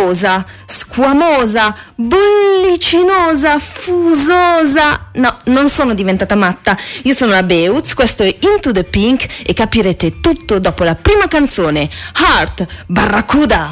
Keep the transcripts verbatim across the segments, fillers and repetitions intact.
acquosa, squamosa, bollicinosa, fusosa. No, non sono diventata matta. Io sono la Beutz, questo è Into the Pink e capirete tutto dopo la prima canzone, Heart, Barracuda.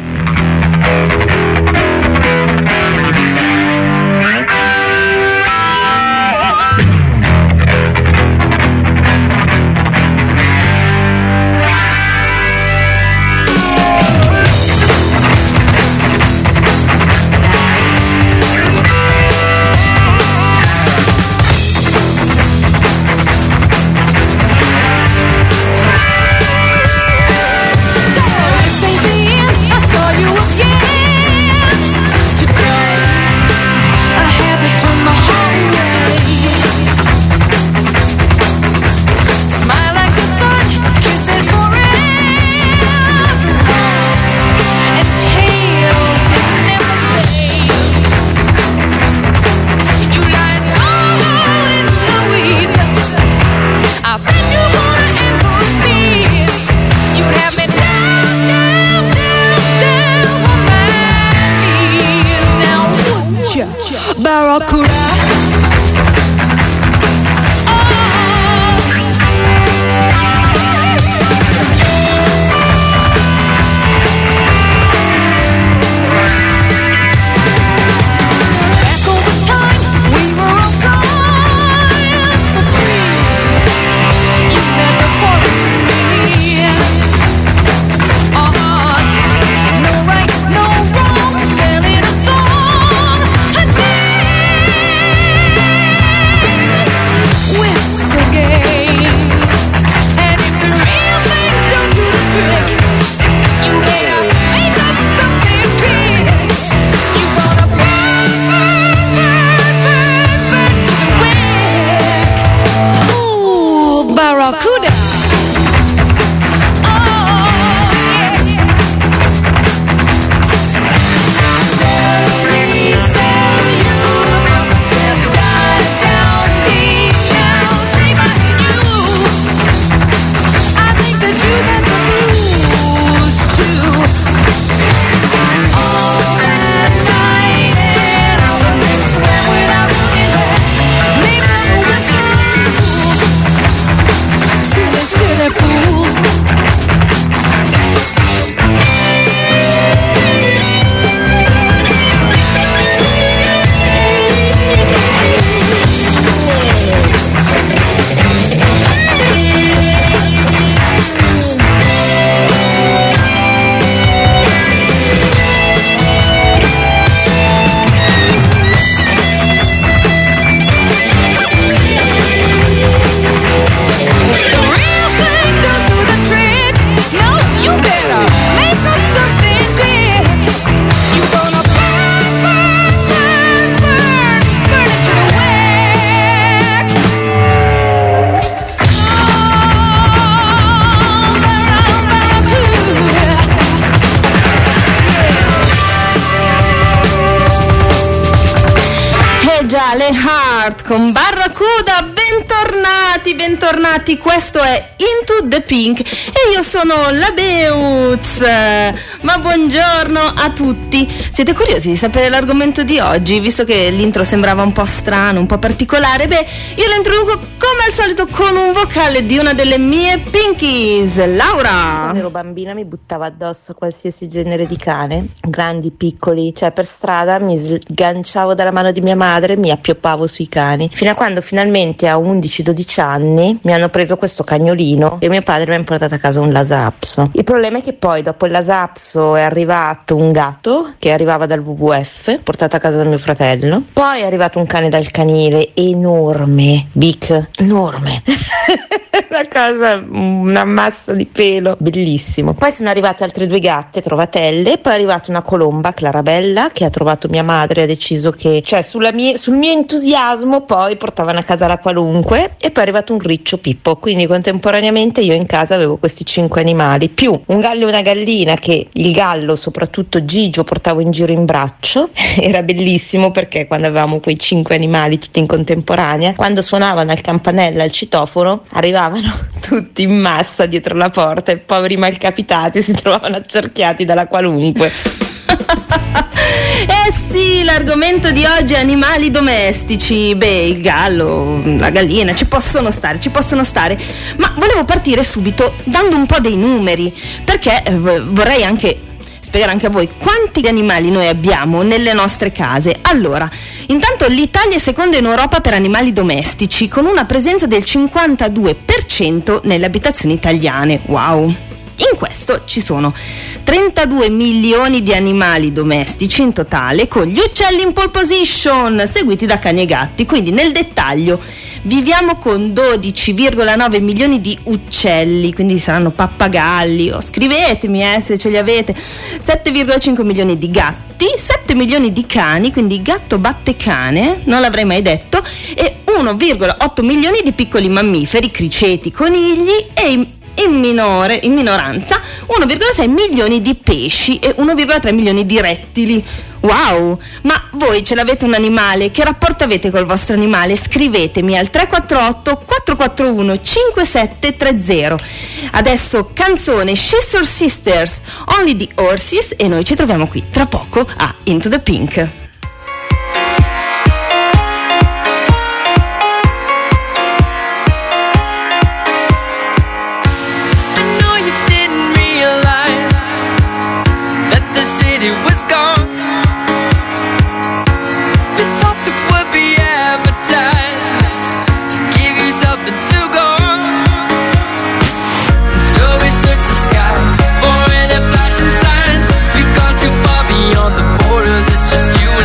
Barracuda. Le Heart con Barracuda. Bentornati, bentornati, questo è Into the Pink e io sono la Beutz. Ma buongiorno a tutti. Siete curiosi di sapere l'argomento di oggi? Visto che l'intro sembrava un po' strano, un po' particolare, beh, io lo introduco come al solito con un vocale di una delle mie Pinkies, Laura. Quando ero bambina mi buttava addosso qualsiasi genere di cane, grandi, piccoli, cioè per strada mi sganciavo dalla mano di mia madre e mi appioppavo sui cani, fino a quando finalmente a undici dodici anni mi hanno preso questo cagnolino e mio padre mi ha portato a casa un Lhasa Apso. Il problema è che poi dopo il Lhasa Apso è arrivato un gatto che arrivava dal W W F, portato a casa da mio fratello, poi è arrivato un cane dal canile enorme, big, enorme una cosa, una massa di pelo, bellissimo. Poi sono arrivate altre due gatte trovatelle, poi è arrivata una colomba, Clarabella, che ha trovato mia madre e ha deciso che, cioè sulla mie, sul mio entusiasmo poi portavano a casa la qualunque, e poi è arrivato un riccio Pippo, quindi contemporaneamente io in casa avevo questi cinque animali, più un gallo e una gallina che il gallo, soprattutto Gigio, portavo in giro in braccio. Era bellissimo perché quando avevamo quei cinque animali tutti in contemporanea, quando suonavano al campanello, al citofono, arrivavano tutti in massa dietro la porta e poveri malcapitati si trovavano accerchiati dalla qualunque. sì, l'argomento di oggi è animali domestici. Beh, il gallo, la gallina ci possono stare, ci possono stare. Ma volevo partire subito dando un po' dei numeri, perché eh, vorrei anche spiegare anche a voi quanti animali noi abbiamo nelle nostre case. Allora, intanto l'Italia è seconda in Europa per animali domestici, con una presenza del cinquantadue per cento nelle abitazioni italiane. Wow! In questo ci sono trentadue milioni di animali domestici in totale, con gli uccelli in pole position, seguiti da cani e gatti. Quindi nel dettaglio viviamo con dodici virgola nove milioni di uccelli, quindi saranno pappagalli, o scrivetemi eh, se ce li avete, sette virgola cinque milioni di gatti, sette milioni di cani, quindi gatto batte cane, non l'avrei mai detto, e uno virgola otto milioni di piccoli mammiferi, criceti, conigli e in minore, in minoranza uno virgola sei milioni di pesci e uno virgola tre milioni di rettili. Wow! Ma voi ce l'avete un animale? Che rapporto avete col vostro animale? Scrivetemi al tre quattro otto quattro quattro uno cinque sette tre zero. Adesso canzone Scissor Sisters, Only the Horses, e noi ci troviamo qui tra poco a Into the Pink. It was gone. You thought there would be advertisements to give you something to go on. So we searched the sky for any flashing signs. We've gone too far beyond the borders. It's just you and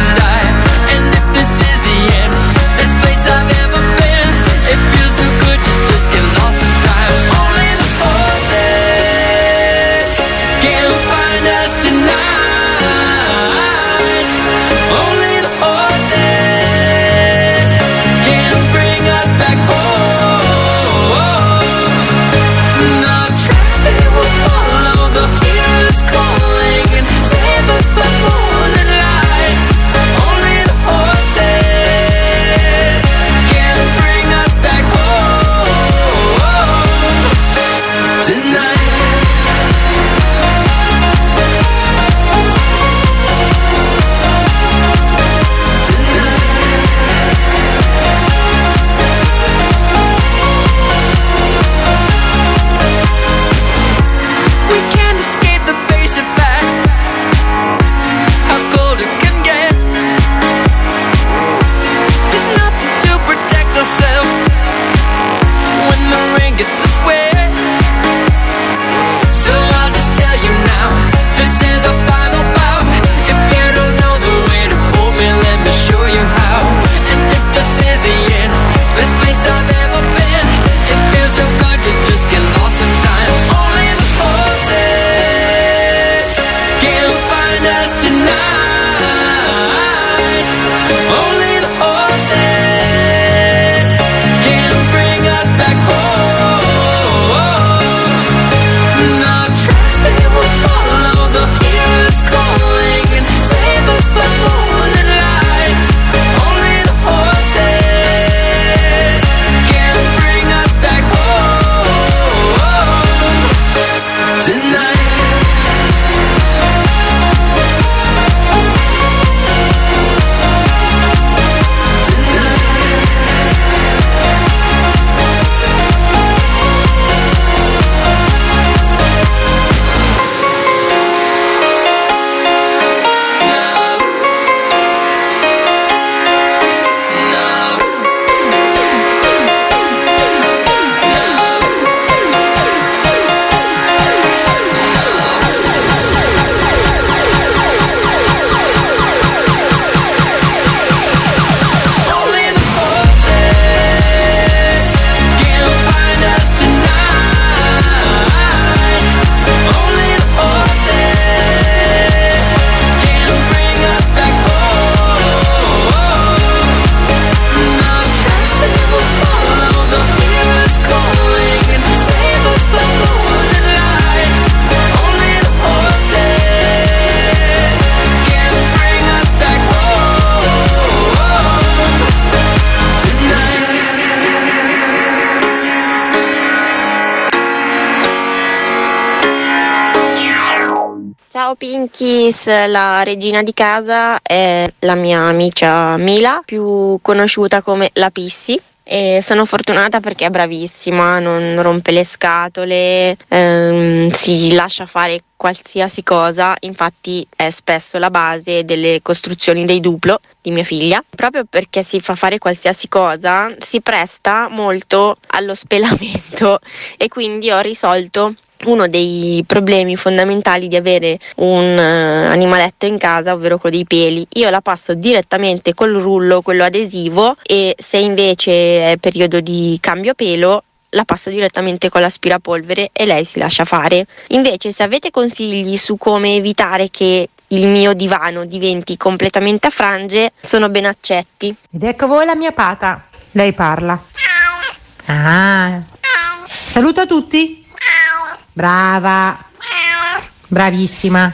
Ciao Pinkies, la regina di casa è la mia amica Mila, più conosciuta come la Pissi. E sono fortunata perché è bravissima, non rompe le scatole, ehm, si lascia fare qualsiasi cosa, infatti è spesso la base delle costruzioni dei duplo di mia figlia. Proprio perché si fa fare qualsiasi cosa, si presta molto allo spelamento e quindi ho risolto uno dei problemi fondamentali di avere un uh, animaletto in casa, ovvero quello dei peli. Io la passo direttamente col rullo, quello adesivo, e se invece è periodo di cambio pelo la passo direttamente con l'aspirapolvere e lei si lascia fare. Invece, se avete consigli su come evitare che il mio divano diventi completamente a frange, sono ben accetti. Ed ecco voi la mia pata, lei parla. Ah, saluta tutti. Brava, bravissima.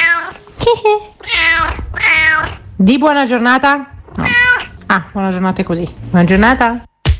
Di buona giornata? No. Ah, buona giornata così. Buona giornata.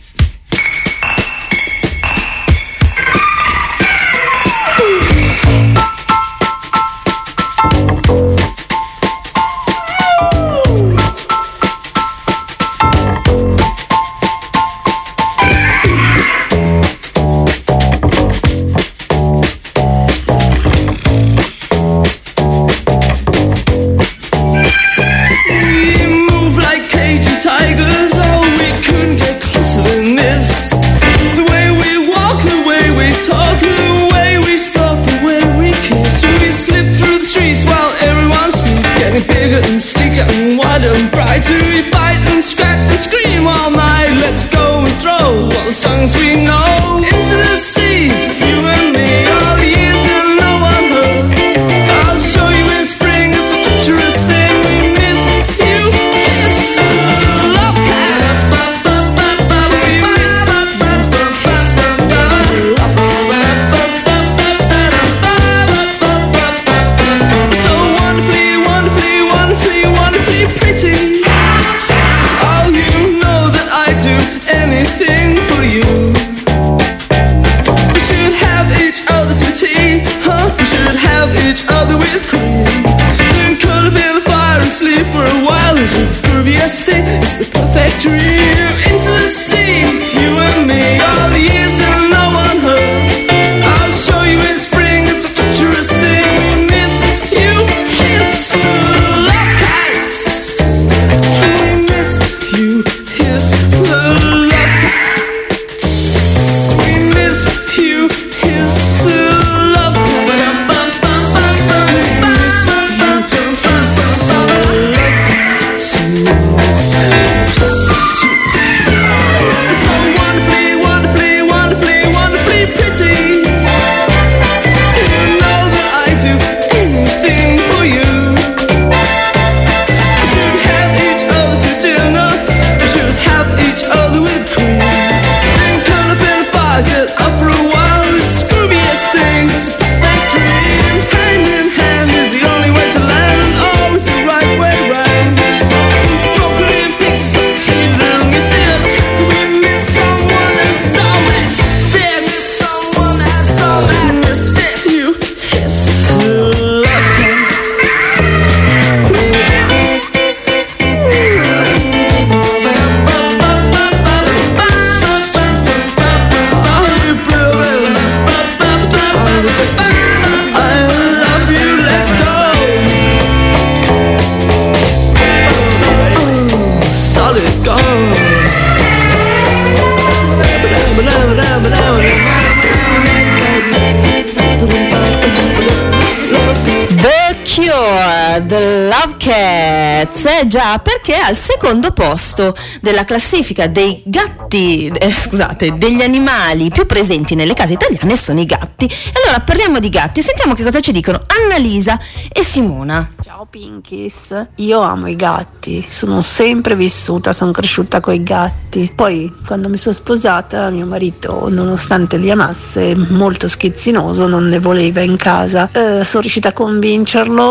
The Love Cats, eh già, perché è al secondo posto della classifica dei gatti, eh, scusate, degli animali più presenti nelle case italiane sono i gatti. E allora parliamo di gatti, sentiamo che cosa ci dicono Annalisa e Simona. Ciao Pinkies, io amo i gatti, sono sempre vissuta, sono cresciuta coi gatti. Poi quando mi sono sposata, mio marito, nonostante li amasse, molto schizzinoso, non ne voleva in casa. Eh, sono riuscita a convincerlo,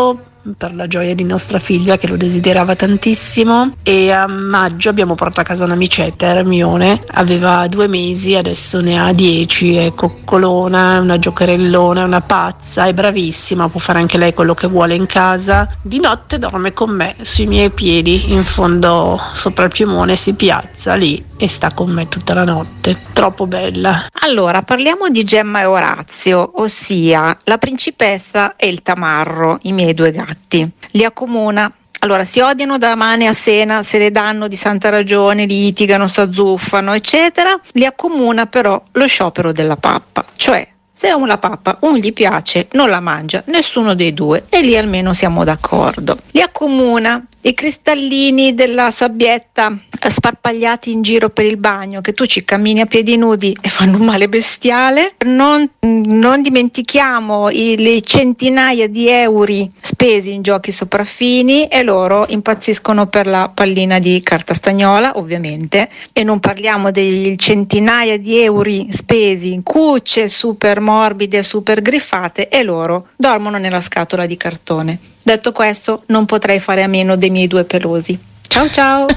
per la gioia di nostra figlia che lo desiderava tantissimo, e a maggio abbiamo portato a casa un'amicetta, Hermione, aveva due mesi, adesso ne ha dieci, è coccolona, una giocherellona, una pazza, è bravissima, può fare anche lei quello che vuole in casa. Di notte dorme con me sui miei piedi in fondo sopra il piumone, si piazza lì e sta con me tutta la notte, troppo bella. Allora, parliamo di Gemma e Orazio, ossia la principessa e il tamarro, i miei due gatti. Li accomuna. Allora, si odiano da mane a sena, se le danno di santa ragione, litigano, s'azzuffano, eccetera. Li accomuna però lo sciopero della pappa, cioè se una pappa un gli piace non la mangia nessuno dei due, e lì almeno siamo d'accordo. Li accomuna i cristallini della sabbietta sparpagliati in giro per il bagno, che tu ci cammini a piedi nudi e fanno un male bestiale. Non, non dimentichiamo i, le centinaia di euro spesi in giochi sopraffini, e loro impazziscono per la pallina di carta stagnola, ovviamente, e non parliamo dei centinaia di euro spesi in cucce super morbide, super griffate, e loro dormono nella scatola di cartone. Detto questo, non potrei fare a meno dei miei due pelosi. Ciao ciao!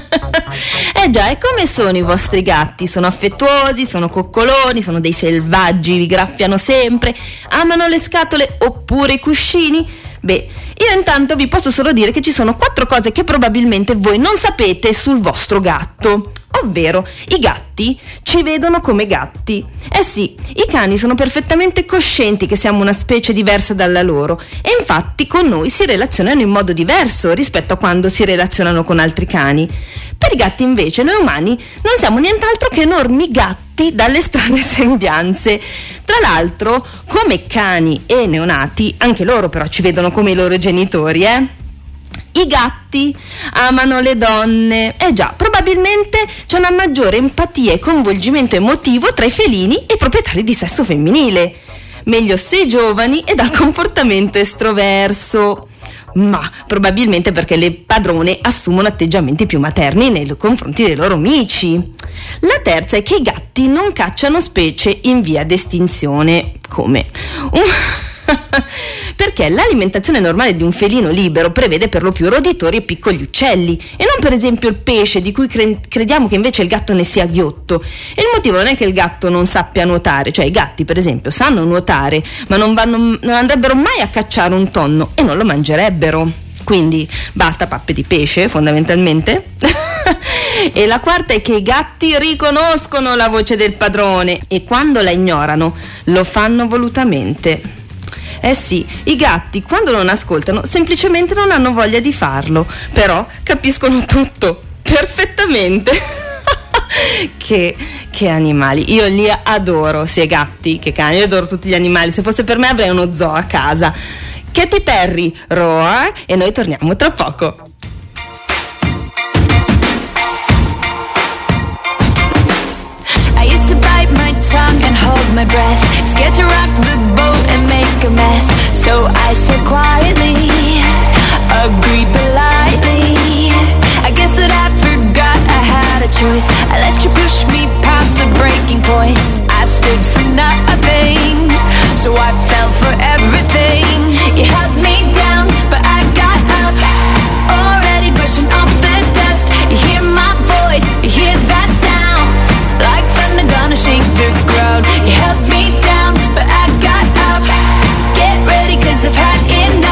Eh già, e come sono i vostri gatti? Sono affettuosi, sono coccoloni, sono dei selvaggi, vi graffiano sempre, amano le scatole oppure i cuscini? Beh, io intanto vi posso solo dire che ci sono quattro cose che probabilmente voi non sapete sul vostro gatto. Ovvero, i gatti ci vedono come gatti. Eh sì, i cani sono perfettamente coscienti che siamo una specie diversa dalla loro, e infatti con noi si relazionano in modo diverso rispetto a quando si relazionano con altri cani. Per i gatti invece, noi umani non siamo nient'altro che enormi gatti dalle strane sembianze. Tra l'altro, come cani e neonati, anche loro però ci vedono come i loro genitori, eh? I gatti amano le donne. Eh già, probabilmente c'è una maggiore empatia e coinvolgimento emotivo tra i felini e i proprietari di sesso femminile. Meglio se giovani e dal comportamento estroverso. Ma probabilmente perché le padrone assumono atteggiamenti più materni nei confronti dei loro amici. La terza è che i gatti non cacciano specie in via d'estinzione. Come? Un... perché l'alimentazione normale di un felino libero prevede per lo più roditori e piccoli uccelli, e non per esempio il pesce, di cui cre- crediamo che invece il gatto ne sia ghiotto. E il motivo non è che il gatto non sappia nuotare, cioè i gatti per esempio sanno nuotare, ma non, vanno, non andrebbero mai a cacciare un tonno e non lo mangerebbero. Quindi basta pappe di pesce, fondamentalmente. E la quarta è che i gatti riconoscono la voce del padrone, e quando la ignorano lo fanno volutamente. Eh sì, i gatti quando non ascoltano semplicemente non hanno voglia di farlo, però capiscono tutto perfettamente. che, che animali, io li adoro, sia gatti che cani, io adoro tutti gli animali. Se fosse per me avrei uno zoo a casa. Katy Perry, Roar, e noi torniamo tra poco. Tongue and hold my breath, scared to rock the boat and make a mess. So I said quietly, agreed politely. I guess that I forgot I had a choice. I let you push me past the breaking point. I stood for nothing, so I fell for everything. You held me down, but I got up, already brushing off the dust. You hear my voice, you hear that sound, like thunder gonna shake the ground. You held me down, but I got up. Get ready, cause I've had enough.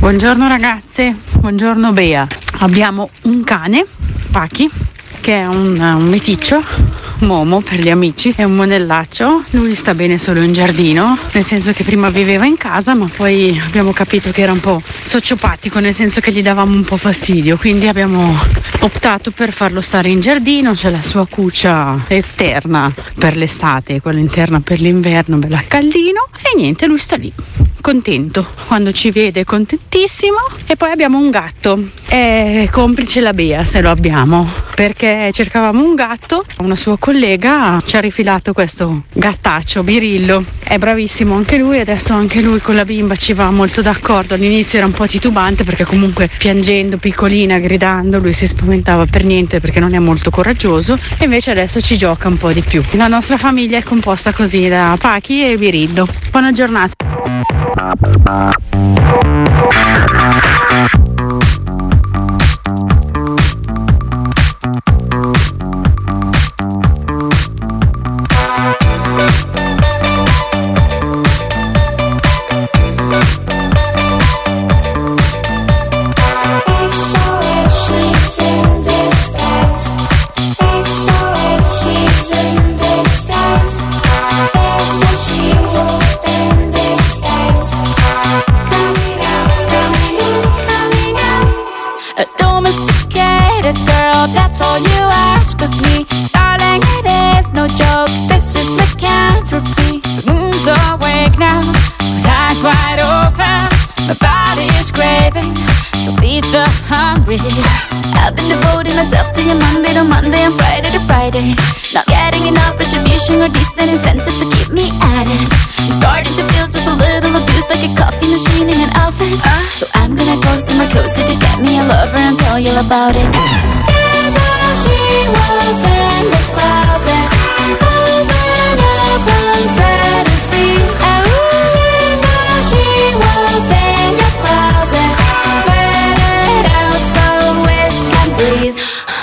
Buongiorno ragazze, buongiorno Bea. Abbiamo un cane, Paki, che è un, un meticcio, Momo per gli amici, è un monellaccio. Lui sta bene solo in giardino, nel senso che prima viveva in casa, ma poi abbiamo capito che era un po' sociopatico, nel senso che gli davamo un po' fastidio, quindi abbiamo optato per farlo stare in giardino. C'è la sua cuccia esterna per l'estate e quella interna per l'inverno, bella al caldino, e niente, lui sta lì contento, quando ci vede è contentissimo. E poi abbiamo un gatto, è complice la Bea se lo abbiamo, perché cercavamo un gatto, una sua collega ci ha rifilato questo gattaccio Birillo, è bravissimo anche lui, adesso anche lui con la bimba ci va molto d'accordo. All'inizio era un po' titubante perché comunque piangendo, piccolina, gridando, lui si spaventava per niente perché non è molto coraggioso, e invece adesso ci gioca un po' di più. La nostra famiglia è composta così da Paki e Birillo. Buona giornata. That's all you ask of me, darling, it is no joke, this is lycanthropy. The moon's awake now, with eyes wide open, my body is craving, so feed the hungry. I've been devoting myself to you Monday to Monday and Friday to Friday, not getting enough retribution or decent incentives to keep me at it. I'm starting to feel just a little abused, like a coffee machine in an office, so I'm gonna go somewhere closer to get me a lover and tell you about it. She wolf in the closet, open up and set us free. Oh, there's a she wolf in your closet, let it out so it can breathe.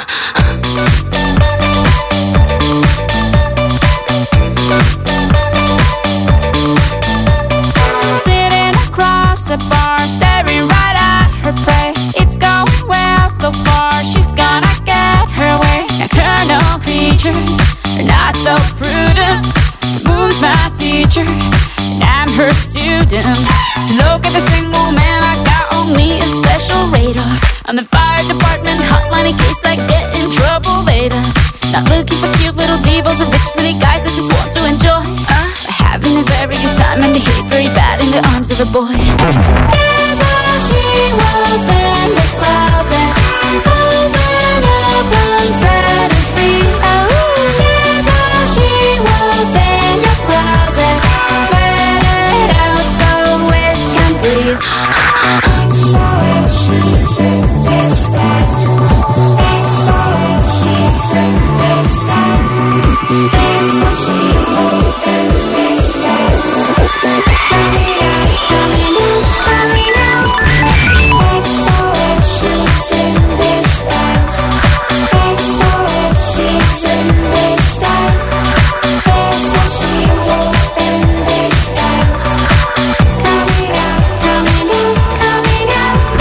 Sitting across the bar, staring right at her prey. It's going well so far, she's gonna her way. Nocturnal creatures are not so prudent. The moon's my teacher and I'm her student. To look at the single man, I got on me a special radar on the fire department hotline in case I get in trouble later. Not looking for cute little divas or rich city guys I just want to enjoy, uh, but having a very good time and behave very bad in the arms of a boy. There's a she-wolf in the closet, open up and set us free. Oh, there's a she-wolf in your closet, let it out so it can breathe. It's always she's in disguise. It's always she's in disguise. It's a she-wolf in disguise. Coming out, coming out, coming out. It's always she's in disguise. It's always she's in disguise. It's a she-wolf in disguise. Coming out, coming out, coming out.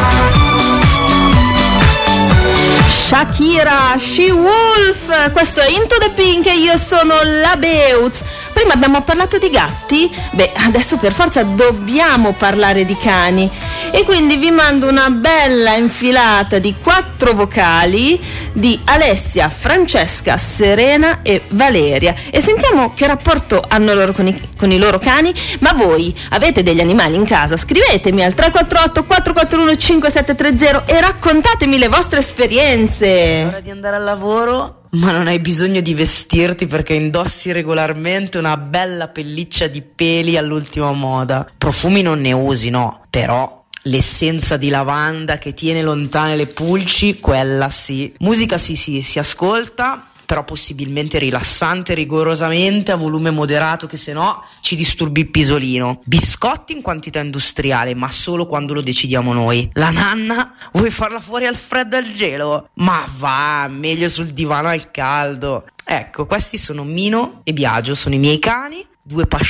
Shakira, She-Wolf, questo è Into the Pink e io sono la Beutz. Prima abbiamo parlato di gatti, beh adesso per forza dobbiamo parlare di cani e quindi vi mando una bella infilata di quattro vocali di Alessia, Francesca, Serena e Valeria e sentiamo che rapporto hanno loro con i, con i loro cani. Ma voi avete degli animali in casa? Scrivetemi al tre quattro otto quattro quattro uno cinque sette tre zero e raccontatemi le vostre esperienze. È ora di andare al lavoro, ma non hai bisogno di vestirti perché indossi regolarmente una bella pelliccia di peli all'ultima moda. Profumi non ne usi, no, però l'essenza di lavanda che tiene lontane le pulci, quella sì. Musica sì sì, si ascolta, però possibilmente rilassante, rigorosamente a volume moderato, che se no ci disturbi il pisolino. Biscotti in quantità industriale, ma solo quando lo decidiamo noi. La nanna, vuoi farla fuori al freddo e al gelo? Ma va, meglio sul divano al caldo. Ecco, questi sono Mino e Biagio, sono i miei cani, due pascià,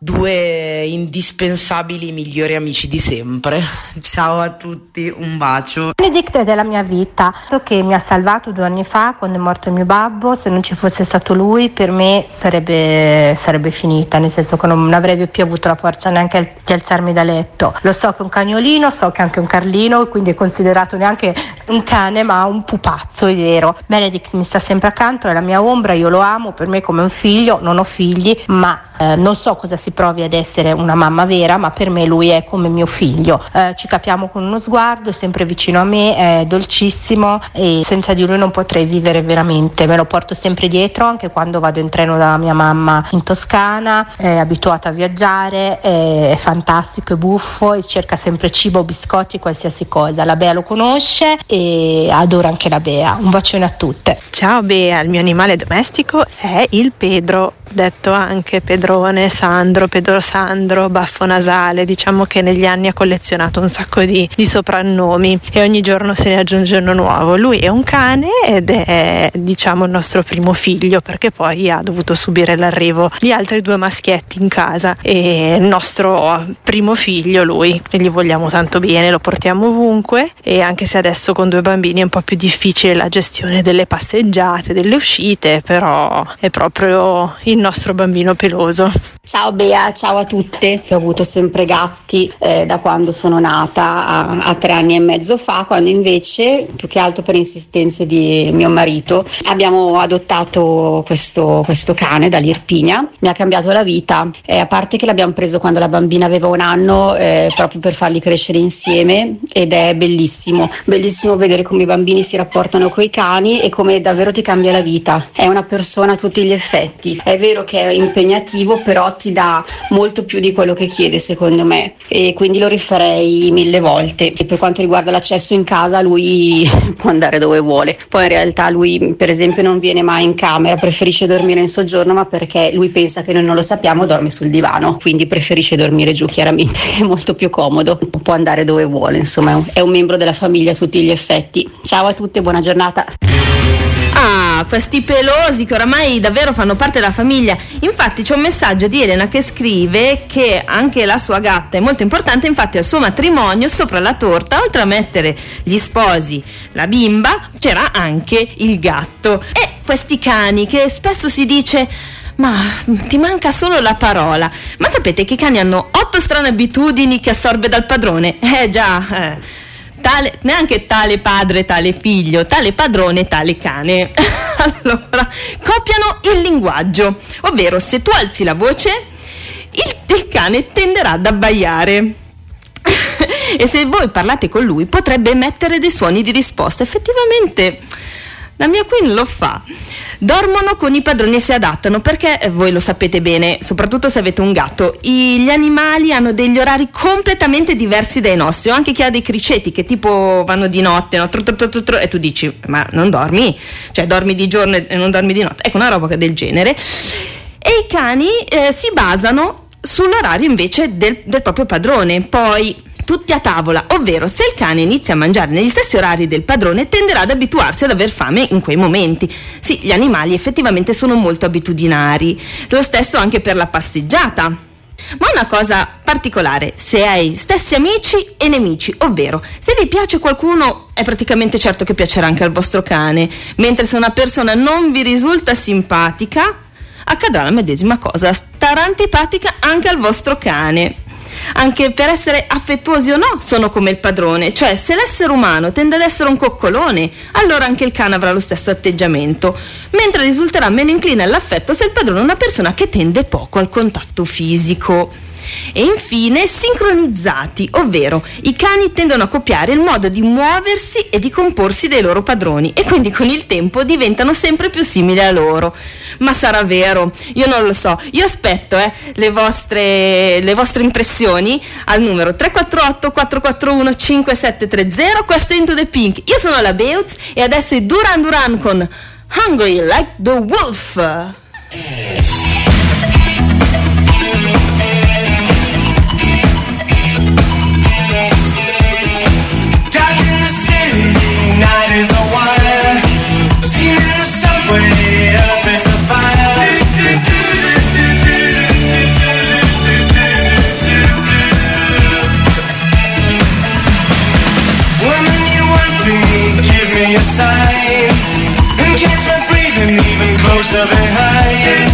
due indispensabili migliori amici di sempre. Ciao a tutti, un bacio. Benedict è della mia vita, che mi ha salvato due anni fa quando è morto il mio babbo. Se non ci fosse stato lui, per me sarebbe, sarebbe finita, nel senso che non avrei più avuto la forza neanche di alzarmi da letto. Lo so che è un cagnolino, so che è anche un Carlino, quindi è considerato neanche un cane ma un pupazzo, è vero. Benedict mi sta sempre accanto, è la mia ombra, io lo amo, per me è come un figlio. Non ho figli, ma eh, non so cosa si provi ad essere una mamma vera, ma per me lui è come mio figlio. Eh, ci capiamo con uno sguardo, è sempre vicino a me, è dolcissimo e senza di lui non potrei vivere veramente. Me lo porto sempre dietro anche quando vado in treno dalla mia mamma in Toscana, è abituato a viaggiare, è, è fantastico, è buffo e cerca sempre cibo, biscotti, qualsiasi cosa. La Bea lo conosce e adora anche la Bea. Un bacione a tutte. Ciao Bea, il mio animale domestico è il Pedro, detto anche Pedrone, Sandro, Pedro Sandro, Baffo Nasale. Diciamo che negli anni ha collezionato un sacco di, di soprannomi e ogni giorno se ne aggiunge uno nuovo. Lui è un cane ed è, diciamo, il nostro primo figlio, perché poi ha dovuto subire l'arrivo di altri due maschietti in casa e il nostro primo figlio lui, e gli vogliamo tanto bene, lo portiamo ovunque, e anche se adesso con due bambini è un po' più difficile la gestione delle passeggiate, delle uscite, però è proprio il nostro bambino peloso. Ciao Bea, ciao a tutte. Ho avuto sempre gatti eh, da quando sono nata a, a tre anni e mezzo fa, quando invece, più che altro per insistenze di mio marito, abbiamo adottato questo, questo cane dall'Irpinia. Mi ha cambiato la vita, eh, a parte che l'abbiamo preso quando la bambina aveva un anno, eh, proprio per farli crescere insieme, ed è bellissimo, bellissimo vedere come i bambini si rapportano coi cani e come davvero ti cambia la vita. È una persona a tutti gli effetti. È vero che è impegnativo, però ti dà molto più di quello che chiede, secondo me, e quindi lo rifarei mille volte. E per quanto riguarda l'accesso in casa, lui può andare dove vuole. Poi in realtà lui, per esempio, non viene mai in camera, preferisce dormire in soggiorno, ma perché lui pensa che noi non lo sappiamo, dorme sul divano, quindi preferisce dormire giù, chiaramente, che è molto più comodo. Può andare dove vuole, insomma è un, è un membro della famiglia a tutti gli effetti. Ciao a tutte, buona giornata. Ah, questi pelosi che oramai davvero fanno parte della famiglia. Infatti c'è un messaggio di Elena che scrive che anche la sua gatta è molto importante, infatti al suo matrimonio sopra la torta, oltre a mettere gli sposi, la bimba, c'era anche il gatto. E questi cani che spesso si dice: ma ti manca solo la parola. Ma sapete che i cani hanno otto strane abitudini che assorbe dal padrone? Eh già, eh. Tale, neanche tale padre, tale figlio, tale padrone, tale cane. Allora, copiano il linguaggio, ovvero se tu alzi la voce, il, il cane tenderà ad abbaiare. E se voi parlate con lui, potrebbe emettere dei suoni di risposta. Effettivamente, la mia Queen lo fa. Dormono con i padroni e si adattano, perché eh, voi lo sapete bene, soprattutto se avete un gatto, i, gli animali hanno degli orari completamente diversi dai nostri. O anche chi ha dei criceti che tipo vanno di notte, no? tru, tru, tru, tru, tru, e tu dici: ma non dormi? Cioè dormi di giorno e non dormi di notte? Ecco, una roba del genere. E i cani eh, si basano sull'orario invece del, del proprio padrone. Poi tutti a tavola, ovvero se il cane inizia a mangiare negli stessi orari del padrone, tenderà ad abituarsi ad aver fame in quei momenti. Sì, gli animali effettivamente sono molto abitudinari, lo stesso anche per la passeggiata. Ma una cosa particolare, se hai stessi amici e nemici, ovvero se vi piace qualcuno è praticamente certo che piacerà anche al vostro cane, mentre se una persona non vi risulta simpatica, accadrà la medesima cosa, starà antipatica anche al vostro cane. Anche per essere affettuosi o no, sono come il padrone, cioè se l'essere umano tende ad essere un coccolone, allora anche il cane avrà lo stesso atteggiamento, mentre risulterà meno incline all'affetto se il padrone è una persona che tende poco al contatto fisico. E infine sincronizzati, ovvero i cani tendono a copiare il modo di muoversi e di comporsi dei loro padroni e quindi con il tempo diventano sempre più simili a loro. Ma sarà vero? Io non lo so, io aspetto eh, le vostre le vostre impressioni al numero tre quattro otto quattro quattro uno cinque sette tre zero. Questo è Into the Pink, io sono la Beutz e adesso è Duran Duran con Hungry Like the Wolf. Night is a wire, seen in the subway, up is a fire. better behave.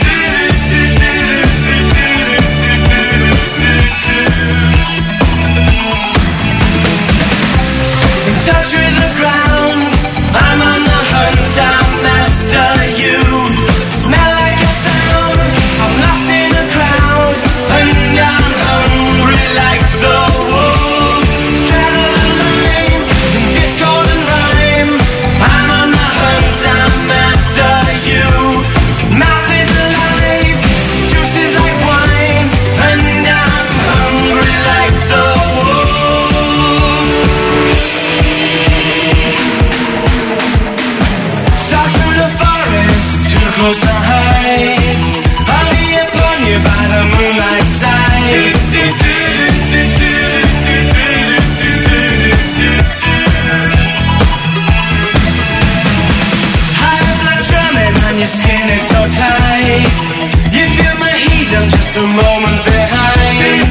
In touch with the ground, I'm on the hunt, I'm after you. Smell like a sound, I'm lost in a crowd, and I'm hungry like the wolf. Straddle the line, in discord and rhyme, I'm on the hunt, I'm after you. Mouth is alive, juice is like wine, and I'm hungry like the wolf. Stalk through the forest, too close to hide. I'll be upon you by the moonlight side. High blood drumming on your skin, it's so tight. You feel my heat, I'm just a moment behind.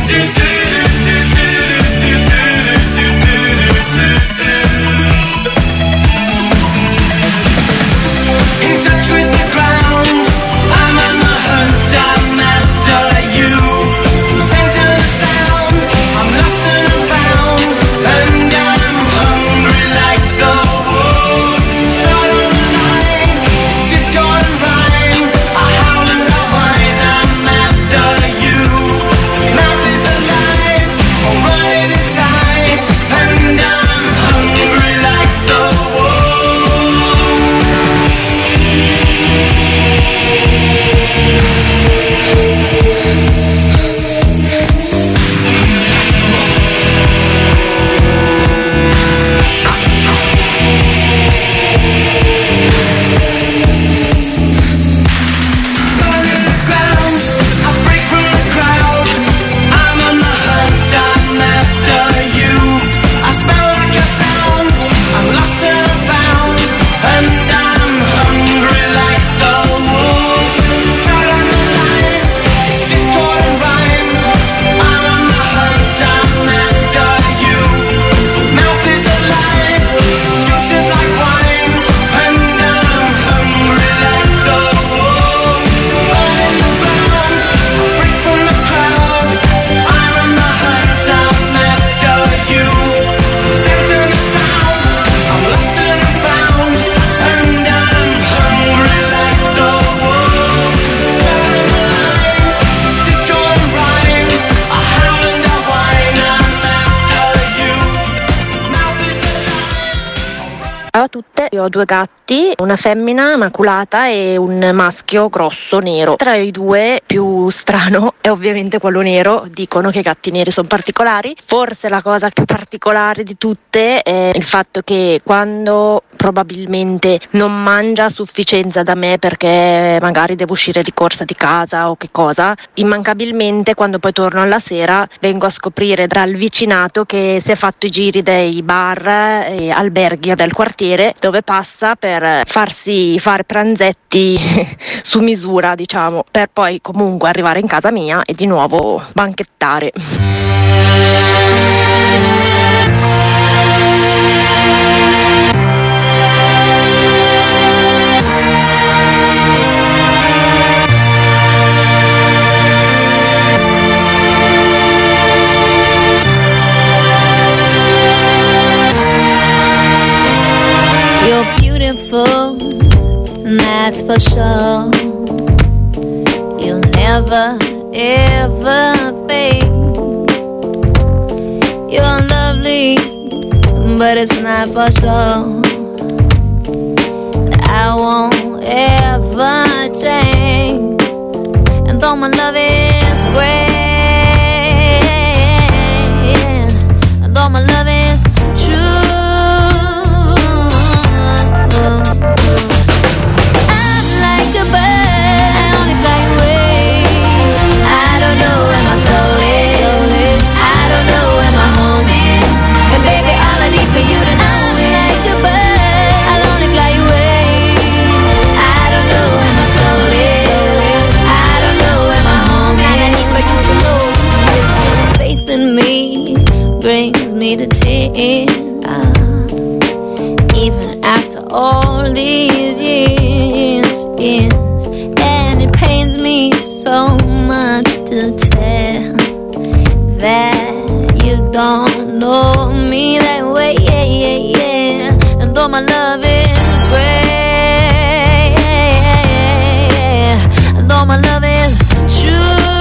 In touch with the ground, I'm on the hunt, I'm after you. Center the sound, I'm lost and I'm found, and I'm hungry like the wolf. Stride on the line, discord and rhyme, I howl and I whine, I'm after you. Mouth is alive, I'm running inside, and I'm hungry like the wolf. Burning the ground, I break from the crowd. I'm on the hunt, I'm after you. I smell like a sound, I'm lost and I'm found, and I'm hungry like the wolf. Stride on the line, it's discord and rhyme. I'm on the hunt, I'm after you. Mouth is alive, juice is like wine, and I'm hungry like the wolf. Burning the ground, I break from the crowd. I'm on the hunt, I'm after you. Center the sound, I'm lost and I'm found, and I'm hungry like the wolf. Straddling the line, it's discord and rhyme, I howl and I whine, I'm after you. Mouth is Ciao a tutte, io ho due gatti, una femmina maculata e un maschio grosso nero. Tra i due più strano è ovviamente quello nero. Dicono che i gatti neri sono particolari. Forse la cosa più particolare di tutte è il fatto che quando probabilmente non mangia a sufficienza da me perché magari devo uscire di corsa di casa o che cosa, immancabilmente quando poi torno alla sera vengo a scoprire dal vicinato che si è fatto i giri dei bar e alberghi del quartiere dove passa per farsi fare pranzetti su misura, diciamo, per poi comunque arrivare in casa mia e di nuovo banchettare. You're beautiful, and that's for sure. You'll never, ever fade. You're lovely, but it's not for sure. I won't ever change. And though my love is great, and though my love is true, I'm like a bird, I only fly away. I don't know where my soul is, I don't know where my home is. And baby, all I need for you to know is like a bird, I'll only fly away. I don't know where my soul is, I don't know where my home is. All I need for you to know is faith in me brings me to tears. Uh, even after all these years, years, and it pains me so much to tell that you don't know me that way, yeah, yeah, yeah. And though my love is rare, and though my love is true,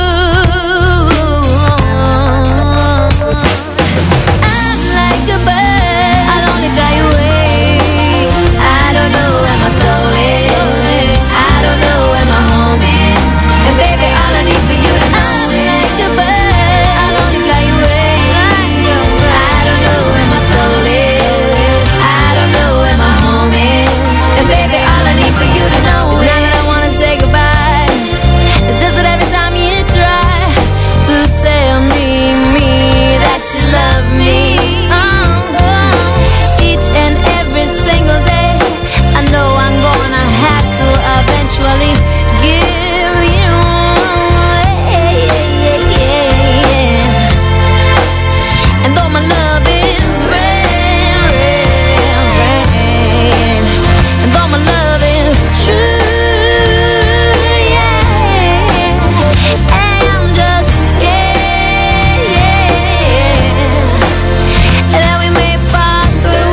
I'm like a bird, I'll only fly away. I don't know where my soul is, I don't know where my home is, and baby all I need for you to know, I'm like a bird, I'll only fly away. I don't know where my soul is, I don't know where my home is, and baby all I need for you to know is, now that I wanna say goodbye, it's just that every time you try to tell me, me, that you love me, oh, oh, each and every single day, I know I'm gonna have to eventually give you, yeah, yeah, yeah, yeah. And though my love is rare, rare, rare, and though my love is true, yeah, I'm just scared, yeah, that we may fall through,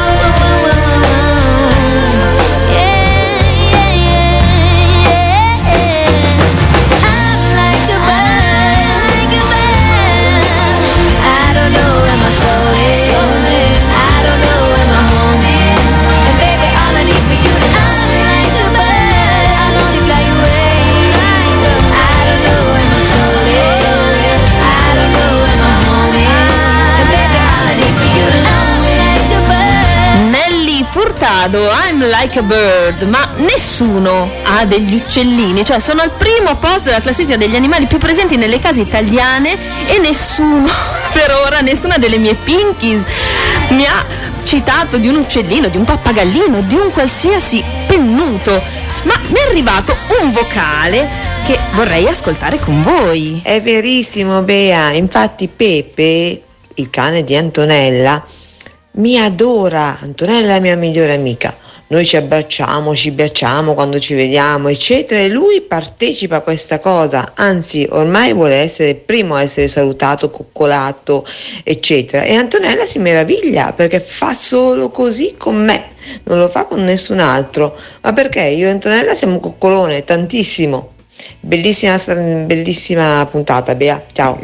yeah, yeah, yeah, yeah. I'm like a bird, like a bird, I don't know where my soul is, I don't know where my home is, and baby all I need for you to know, I'm like a bird, I'll only fly away. I don't know where my soul is, I don't know where my home is, and baby all I need for you to know, I'm like a bird. Nelly Furtado, I'm like a bird. Ma nessuno ha degli uccellini, cioè sono al primo posto della classifica degli animali più presenti nelle case italiane e nessuno, per ora, nessuna delle mie Pinkies mi ha citato di un uccellino, di un pappagallino, di un qualsiasi pennuto. Ma mi è arrivato un vocale che vorrei ascoltare con voi. È verissimo, Bea. Infatti Pepe, il cane di Antonella, mi adora. Antonella è la mia migliore amica. Noi ci abbracciamo, ci baciamo quando ci vediamo, eccetera, e lui partecipa a questa cosa, anzi ormai vuole essere il primo a essere salutato, coccolato, eccetera. E Antonella si meraviglia perché fa solo così con me, non lo fa con nessun altro. Ma perché io e Antonella siamo un coccolone, tantissimo. Bellissima, bellissima puntata, Bea, ciao.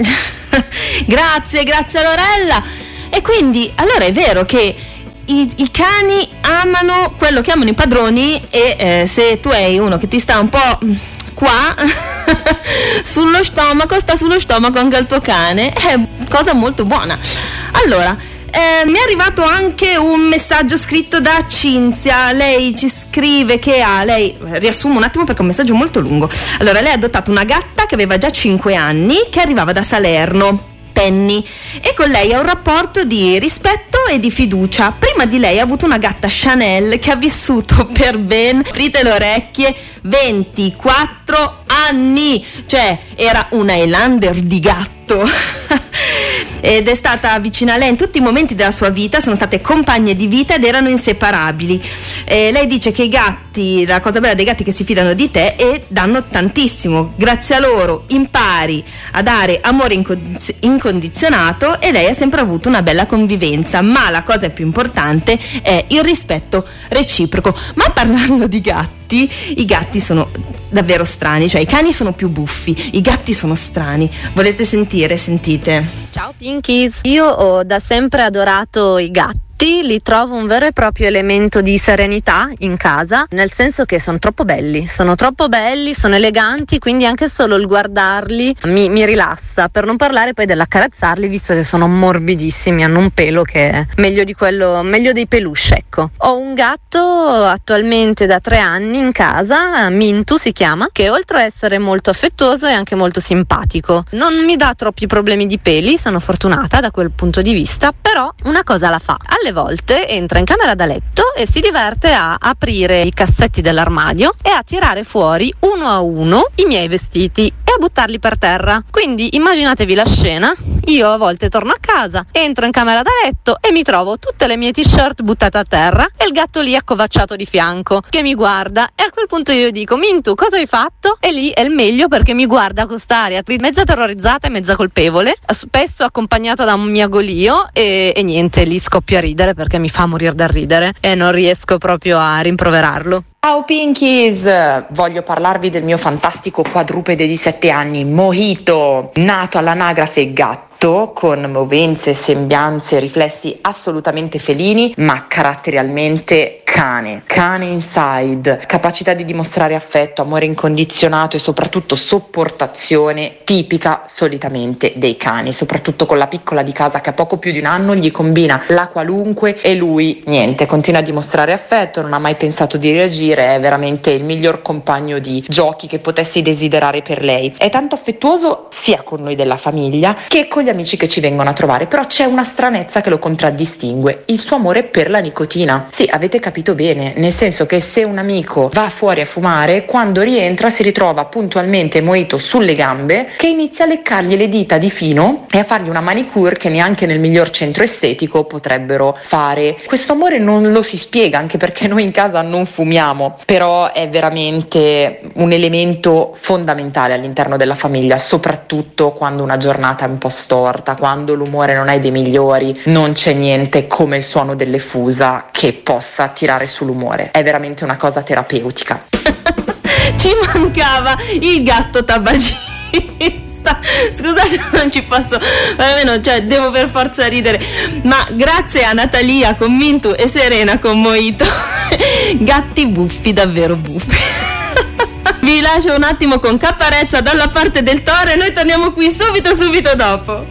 Grazie, grazie Lorella. E quindi, allora è vero che I, i cani amano quello che amano i padroni e eh, se tu hai uno che ti sta un po' qua sullo stomaco, sta sullo stomaco anche il tuo cane, è cosa molto buona. Allora, eh, mi è arrivato anche un messaggio scritto da Cinzia. Lei ci scrive che ha, lei, riassumo un attimo perché è un messaggio molto lungo. Allora, lei ha adottato una gatta che aveva già cinque anni, che arrivava da Salerno, Penny, e con lei ha un rapporto di rispetto e di fiducia. Prima di lei ha avuto una gatta Chanel che ha vissuto per ben, aprite le orecchie, ventiquattro anni, cioè era una Highlander di gatto. Ed è stata vicina a lei in tutti i momenti della sua vita, sono state compagne di vita ed erano inseparabili. E lei dice che i gatti, la cosa bella dei gatti è che si fidano di te e danno tantissimo. Grazie a loro impari a dare amore incondiz- incondizionato e lei ha sempre avuto una bella convivenza, ma la cosa più importante è il rispetto reciproco. Ma parlando di gatti, i gatti sono davvero strani, cioè i cani sono più buffi, i gatti sono strani. Volete sentire? Sentite. Ciao Pinkies, io ho da sempre adorato i gatti. Li trovo un vero e proprio elemento di serenità in casa, nel senso che sono troppo belli, sono troppo belli, sono eleganti, quindi anche solo il guardarli mi, mi rilassa, per non parlare poi dell'accarezzarli, visto che sono morbidissimi, hanno un pelo che è meglio di quello, meglio dei peluche, ecco. Ho un gatto attualmente da tre anni in casa, Mintu si chiama, che oltre a essere molto affettuoso è anche molto simpatico, non mi dà troppi problemi di peli, sono fortunata da quel punto di vista, però una cosa la fa. Alle volte entra in camera da letto e si diverte a aprire i cassetti dell'armadio e a tirare fuori uno a uno i miei vestiti e a buttarli per terra. Quindi immaginatevi la scena, io a volte torno a casa, entro in camera da letto e mi trovo tutte le mie t-shirt buttate a terra e il gatto lì accovacciato di fianco che mi guarda, e a quel punto io dico: Mintu, cosa hai fatto? E lì è il meglio, perché mi guarda con quest'aria mezza terrorizzata e mezza colpevole, spesso accompagnata da un miagolio, e, e niente, lì scoppio a ridere perché mi fa morire dal ridere e non riesco proprio a rimproverarlo. Ciao Pinkies, voglio parlarvi del mio fantastico quadrupede di sette anni, Mojito, nato all'anagrafe gatto, con movenze, sembianze, riflessi assolutamente felini, ma caratterialmente cane, cane inside, capacità di dimostrare affetto, amore incondizionato e soprattutto sopportazione tipica solitamente dei cani, soprattutto con la piccola di casa che ha poco più di un anno gli combina la qualunque e lui niente, continua a dimostrare affetto, non ha mai pensato di reagire, è veramente il miglior compagno di giochi che potessi desiderare per lei. È tanto affettuoso sia con noi della famiglia che con gli amici che ci vengono a trovare, però c'è una stranezza che lo contraddistingue: il suo amore per la nicotina. Sì, avete capito bene, nel senso che se un amico va fuori a fumare, quando rientra si ritrova puntualmente Mojito sulle gambe che inizia a leccargli le dita di fino e a fargli una manicure che neanche nel miglior centro estetico potrebbero fare. Questo amore non lo si spiega, anche perché noi in casa non fumiamo, però è veramente un elemento fondamentale all'interno della famiglia, soprattutto quando una giornata è un po' storta, quando l'umore non è dei migliori. Non c'è niente come il suono delle fusa che possa tirare sull'umore, è veramente una cosa terapeutica. Ci mancava il gatto tabagista. Scusate, non ci posso, almeno, cioè, devo per forza ridere, ma grazie a Natalia con Mintu e Serena con Mojito, gatti buffi, davvero buffi. Vi lascio un attimo con Caparezza dalla parte del toro e noi torniamo qui subito subito dopo.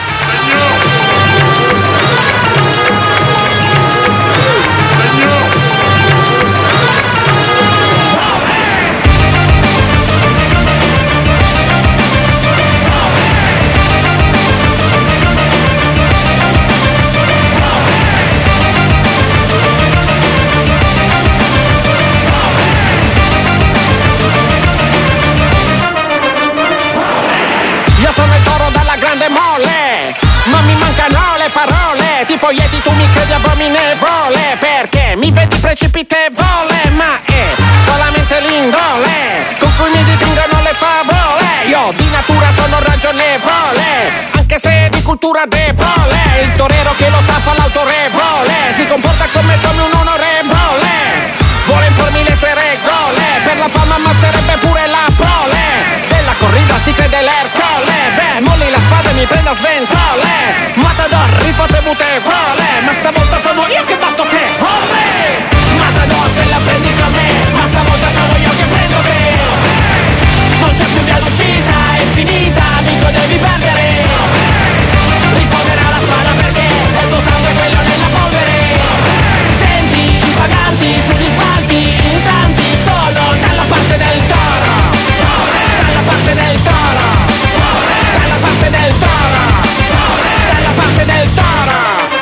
Mole, non mi mancano le parole, tipo Yeti tu mi credi abominevole, perché mi vedi precipitevole, ma è solamente l'indole con cui mi dipingono le favole. Io di natura sono ragionevole, anche se di cultura debole. Il torero che lo sa fa l'autorevole, si comporta come come un onorevole, vuole impormi le sue regole, per la fama ammazzerebbe pure la prole. Della corrida si crede l'Ercole, beh, molli la spada e mi prenda sventole. Matador, rifotte mutevole, ma stavolta sono io che batto te. Olè! Matador, te la prendi con me, ma stavolta sono io che prendo te. Non c'è più via d'uscita, è finita, amico devi perdere. Rifonderà la spada perché è il tuo sangue quello nella polvere. Senti i paganti sugli spalti, in tanti sono dalla parte del toro. Dalla parte del toro. Dalla parte del toro. Dalla parte del toro.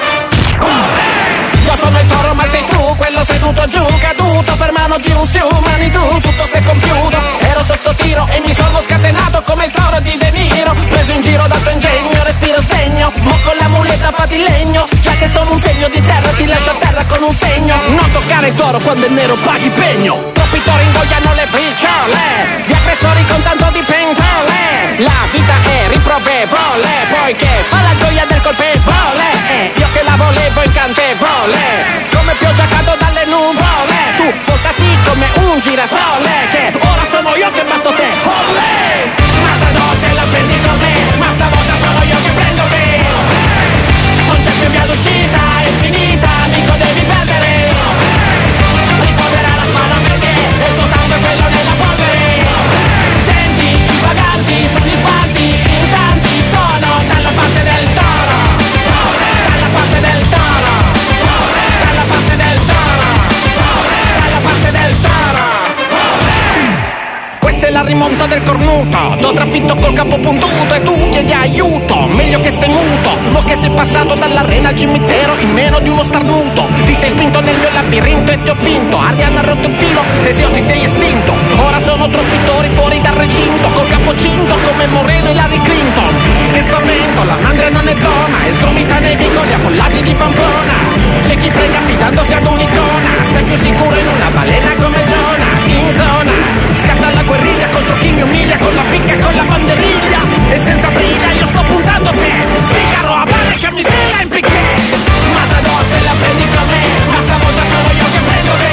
Io sono il toro ma sei tu, quello seduto giù, caduto per mano di un fiumani tu, tutto si è compiuto. Ero sotto tiro e mi sono scatenato come il toro di De Niro, preso in giro dal tuo ingegno, respiro sdegno, mo con la muletta fatti legno, già che sono un segno di terra ti lascio a terra con un segno. Non toccare il toro quando è nero paghi pegno. Troppi tori ingoiano le briciole, gli aggressori con tanto di pentole. La vita è riprovevole, poiché fa la gioia del colpevole. E io che la volevo incantevole, come pioggia cado dalle nuvole. Tu voltati come un girasole, che ora sono io che batto te. Olè! Matador, te la prendi con me, ma stavolta sono io che prendo te. Non c'è più via d'uscita, è finita, amico devi perdere. Rifonderà la spada perché è il tuo sangue quello nella polvere. Senti i paganti sugli spalti, in tanti sono dalla parte del toro. Dalla parte del toro. Dalla parte del toro. Dalla parte del toro. Questa è la rimonta del cornuto, t'ho trafitto col capo puntuto e tu chiedi aiuto, meglio che stai muto. Uno che sei passato dall'arena al cimitero in meno di uno starnuto. Ti sei spinto nel mio labirinto e ti ho vinto. Arianna ha rotto il filo, Teseo ti sei estinto. Ora sono troppi tori fuori dal recinto, col capocinto come Moreno e Larry Clinton. Che spavento, la mandria non è buona e sgomita nei vicoli affollati di Pamplona. C'è chi prega affidandosi ad un'icona, stai più sicuro in una balena come Giona. In zona, scatta la guerriglia contro chi mi umilia con la picca e con la banderiglia. E senza briglia io sto puntando te, sigaro a male che mi sera in picché. Ma da notte la prendi con me, ma stavolta sono io che prendo te.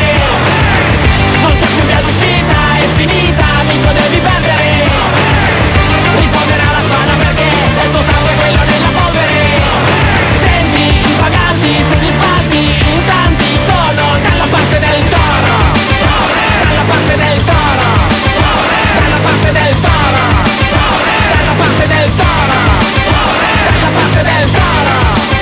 Non c'è più via d'uscita, è finita, amico devi perdere. Rifonderà la spada perché è il tuo sangue quello nella polvere. Senti i paganti sugli spalti, in tanti sono dalla parte del toro. Dalla parte del toro. Dalla parte del toro. Dalla parte del toro. Dalla parte del toro.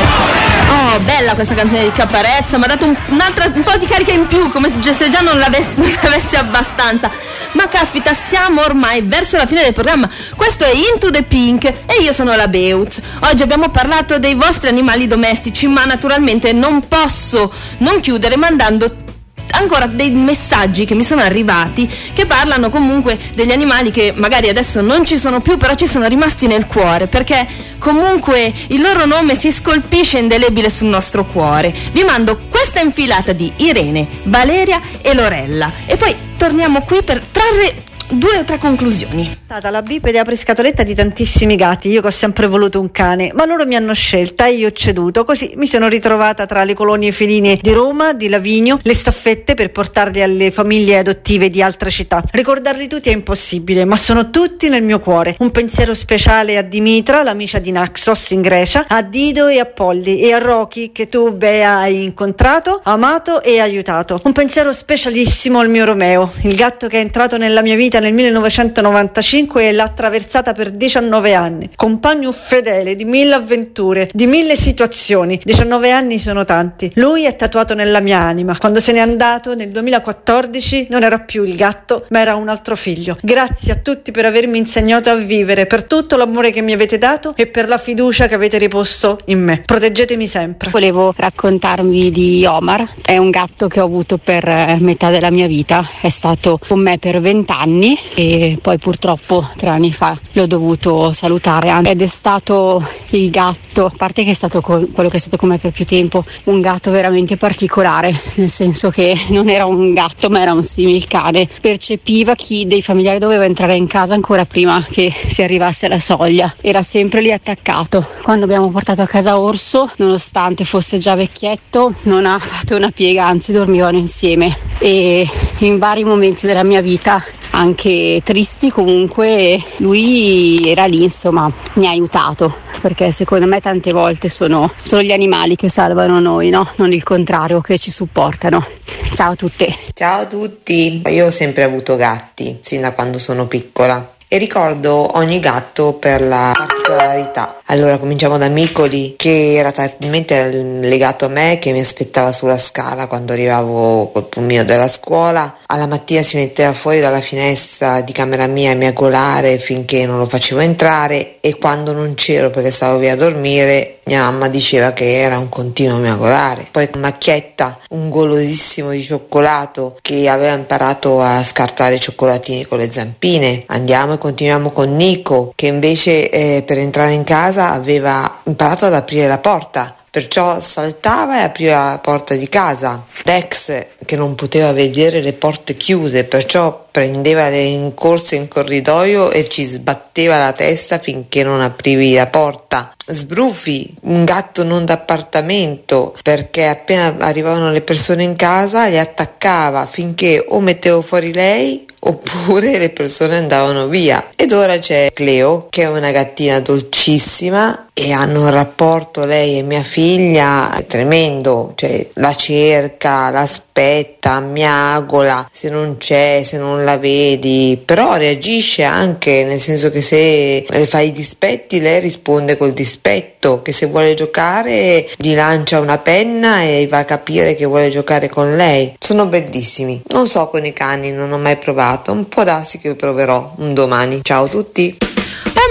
Oh, bella questa canzone di Caparezza, mi ha dato un, un'altra, un po' di carica in più, come se già non l'avessi, non l'avessi abbastanza. Ma caspita, siamo ormai verso la fine del programma. Questo è Into the Pink e io sono la Beutz. Oggi abbiamo parlato dei vostri animali domestici, ma naturalmente non posso non chiudere mandando ancora dei messaggi che mi sono arrivati, che parlano comunque degli animali che magari adesso non ci sono più, però ci sono rimasti nel cuore, perché comunque il loro nome si scolpisce indelebile sul nostro cuore. Vi mando questa infilata di Irene, Valeria e Lorella e poi torniamo qui per trarre due o tre conclusioni. È stata la bipede apriscatoletta di tantissimi gatti, io che ho sempre voluto un cane, ma loro mi hanno scelta e io ho ceduto, così mi sono ritrovata tra le colonie feline di Roma, di Lavigno, le staffette per portarli alle famiglie adottive di altre città. Ricordarli tutti è impossibile, ma sono tutti nel mio cuore. Un pensiero speciale a Dimitra, l'amica di Naxos in Grecia, a Dido e a Polly e a Rocky che tu, Bea, hai incontrato, amato e aiutato. Un pensiero specialissimo al mio Romeo, il gatto che è entrato nella mia vita nel millenovecentonovantacinque e l'ha attraversata per diciannove anni, compagno fedele di mille avventure, di mille situazioni. diciannove anni sono tanti. Lui è tatuato nella mia anima. Quando se n'è andato nel duemilaquattordici non era più il gatto, ma era un altro figlio. Grazie a tutti per avermi insegnato a vivere, per tutto l'amore che mi avete dato e per la fiducia che avete riposto in me. Proteggetemi sempre. Volevo raccontarvi di Omar, è un gatto che ho avuto per metà della mia vita, è stato con me per vent'anni e poi purtroppo tre anni fa l'ho dovuto salutare ed è stato il gatto, a parte che è stato co- quello che è stato con me per più tempo, un gatto veramente particolare, nel senso che non era un gatto ma era un similcane, percepiva chi dei familiari doveva entrare in casa ancora prima che si arrivasse alla soglia, era sempre lì attaccato. Quando abbiamo portato a casa Orso, nonostante fosse già vecchietto, non ha fatto una piega, anzi dormivano insieme e in vari momenti della mia vita anche tristi comunque lui era lì, insomma mi ha aiutato, perché secondo me tante volte sono, sono gli animali che salvano noi, no? Non il contrario, che ci supportano. Ciao a tutte. Ciao a tutti, io ho sempre avuto gatti sin da quando sono piccola e ricordo ogni gatto per la particolarità. Allora cominciamo da Micoli, che era talmente legato a me che mi aspettava sulla scala quando arrivavo col pulmino della scuola. Alla mattina si metteva fuori dalla finestra di camera mia a miagolare finché non lo facevo entrare, e quando non c'ero perché stavo via a dormire mia mamma diceva che era un continuo miagolare. Poi con Macchietta, un golosissimo di cioccolato che aveva imparato a scartare i cioccolatini con le zampine. Andiamo e continuiamo con Nico, che invece eh, per entrare in casa aveva imparato ad aprire la porta, perciò saltava e apriva la porta di casa. Dex, che non poteva vedere le porte chiuse, perciò prendeva le rincorse in corridoio e ci sbatteva la testa finché non aprivi la porta. Sbruffi, un gatto non d'appartamento, perché appena arrivavano le persone in casa li attaccava finché o mettevo fuori lei oppure le persone andavano via. Ed ora c'è Cleo, che è una gattina dolcissima e hanno un rapporto, lei e mia figlia, tremendo, cioè la cerca, l'aspetta, miagola se non c'è, se non la vedi, però reagisce anche, nel senso che se le fai i dispetti lei risponde col dispetto, che se vuole giocare gli lancia una penna e va a capire che vuole giocare con lei. Sono bellissimi. Non so con i cani, non ho mai provato, un po' darsi che proverò un domani. Ciao a tutti. Oh mio Dio,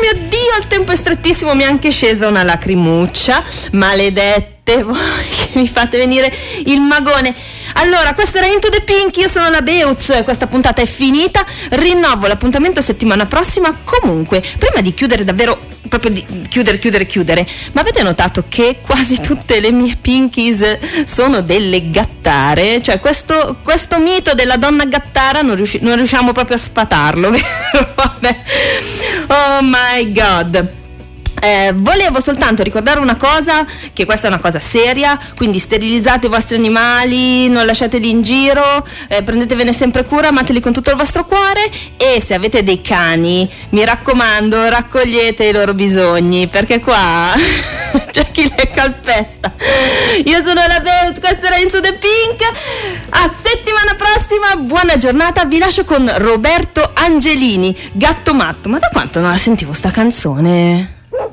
il tempo è strettissimo, mi è anche scesa una lacrimuccia, maledette voi che mi fate venire il magone. Allora, questo era Into the Pink, io sono la Beuz, questa puntata è finita, rinnovo l'appuntamento settimana prossima. Comunque, prima di chiudere davvero, proprio di chiudere, chiudere, chiudere, ma avete notato che quasi tutte le mie pinkies sono delle gattare? Cioè questo, questo mito della donna gattara non, riusci- non riusciamo proprio a sfatarlo, vero? Vabbè. Oh my god. Eh, volevo soltanto ricordare una cosa, che questa è una cosa seria, quindi sterilizzate i vostri animali, non lasciateli in giro, eh, prendetevene sempre cura, amateli con tutto il vostro cuore, e se avete dei cani, mi raccomando, raccogliete i loro bisogni, perché qua c'è chi le calpesta. Io sono la Beuz, questo era Into the Pink, a settimana prossima, buona giornata, vi lascio con Roberto Angelini, Gatto Matto. Ma da quanto non la sentivo sta canzone?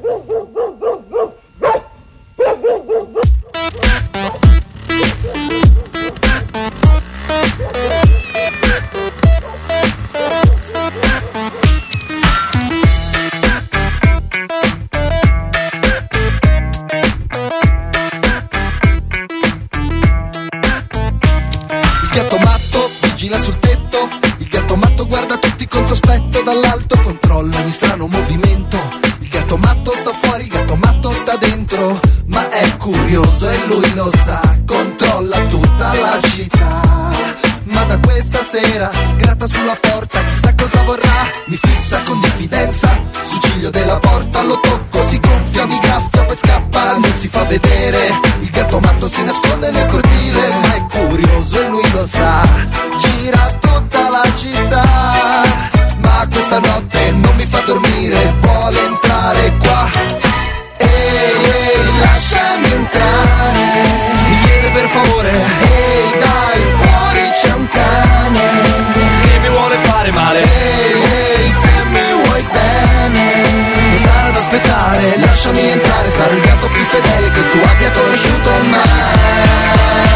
Il gatto matto vigila sul tetto, il gatto matto guarda tutti con sospetto dall'alto, controlla ogni strano movimento. Il gatto matto sta fuori, il gatto matto sta dentro, ma è curioso e lui lo sa, controlla tutta la città. Ma da questa sera gratta sulla porta, chissà cosa vorrà, mi fissa con diffidenza sul ciglio della porta, lo tocco, si gonfia, mi graffia, poi scappa, non si fa vedere. Il gatto matto si nasconde nel cortile, ma è curioso e lui lo sa, gira tutta la città. Ma questa notte non mi fa dormire, vuole entrare qua. Ehi, ehi, lasciami entrare, mi chiede per favore. Ehi, dai, fuori c'è un cane che mi vuole fare male. Ehi, ehi, se mi vuoi bene, non stare ad aspettare, lasciami entrare, sarò il gatto più fedele che tu abbia conosciuto mai.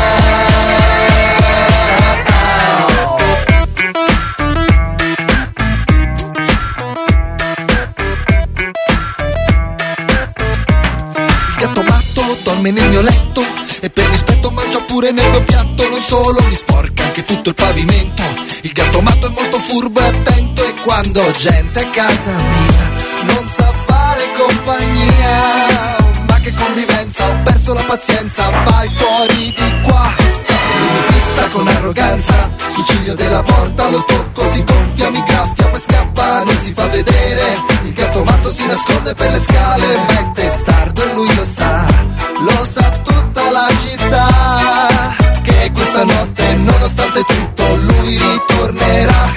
Dorme nel mio letto e per dispetto mangia pure nel mio piatto. Non solo, mi sporca anche tutto il pavimento. Il gatto matto è molto furbo e attento, e quando gente a casa mia non sa fare compagnia, ma che convivenza, ho perso la pazienza, vai fuori di qua. Lui mi fissa con arroganza sul ciglio della porta, lo tocco, si gonfia, mi graffia, poi scappa, non si fa vedere. Il gatto matto si nasconde per le scale, ma è testardo e lui lo sa, lo sa tutta la città, che questa notte nonostante tutto lui ritornerà.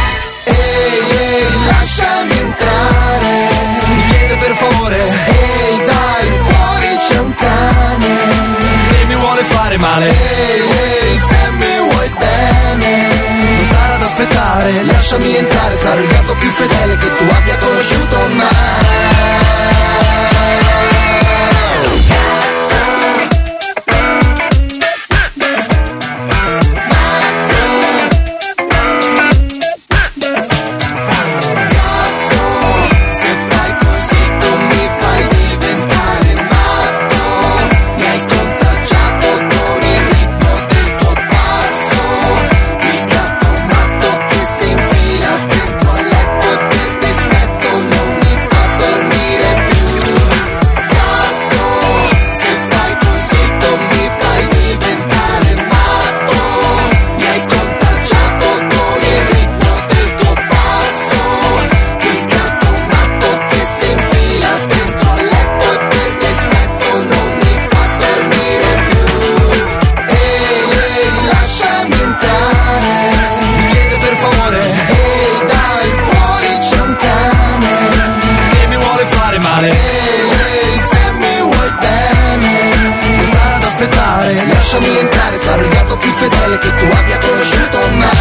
Ehi, ehi, lasciami entrare, mi chiede per favore. Ehi, dai, fuori c'è un cane che mi vuole fare male. Ehi, ehi, se mi vuoi bene, non stare ad aspettare, lasciami entrare, sarò il gatto più fedele che tu abbia conosciuto mai. Lasciami entrare, sarò il gatto più fedele che tu abbia conosciuto mai.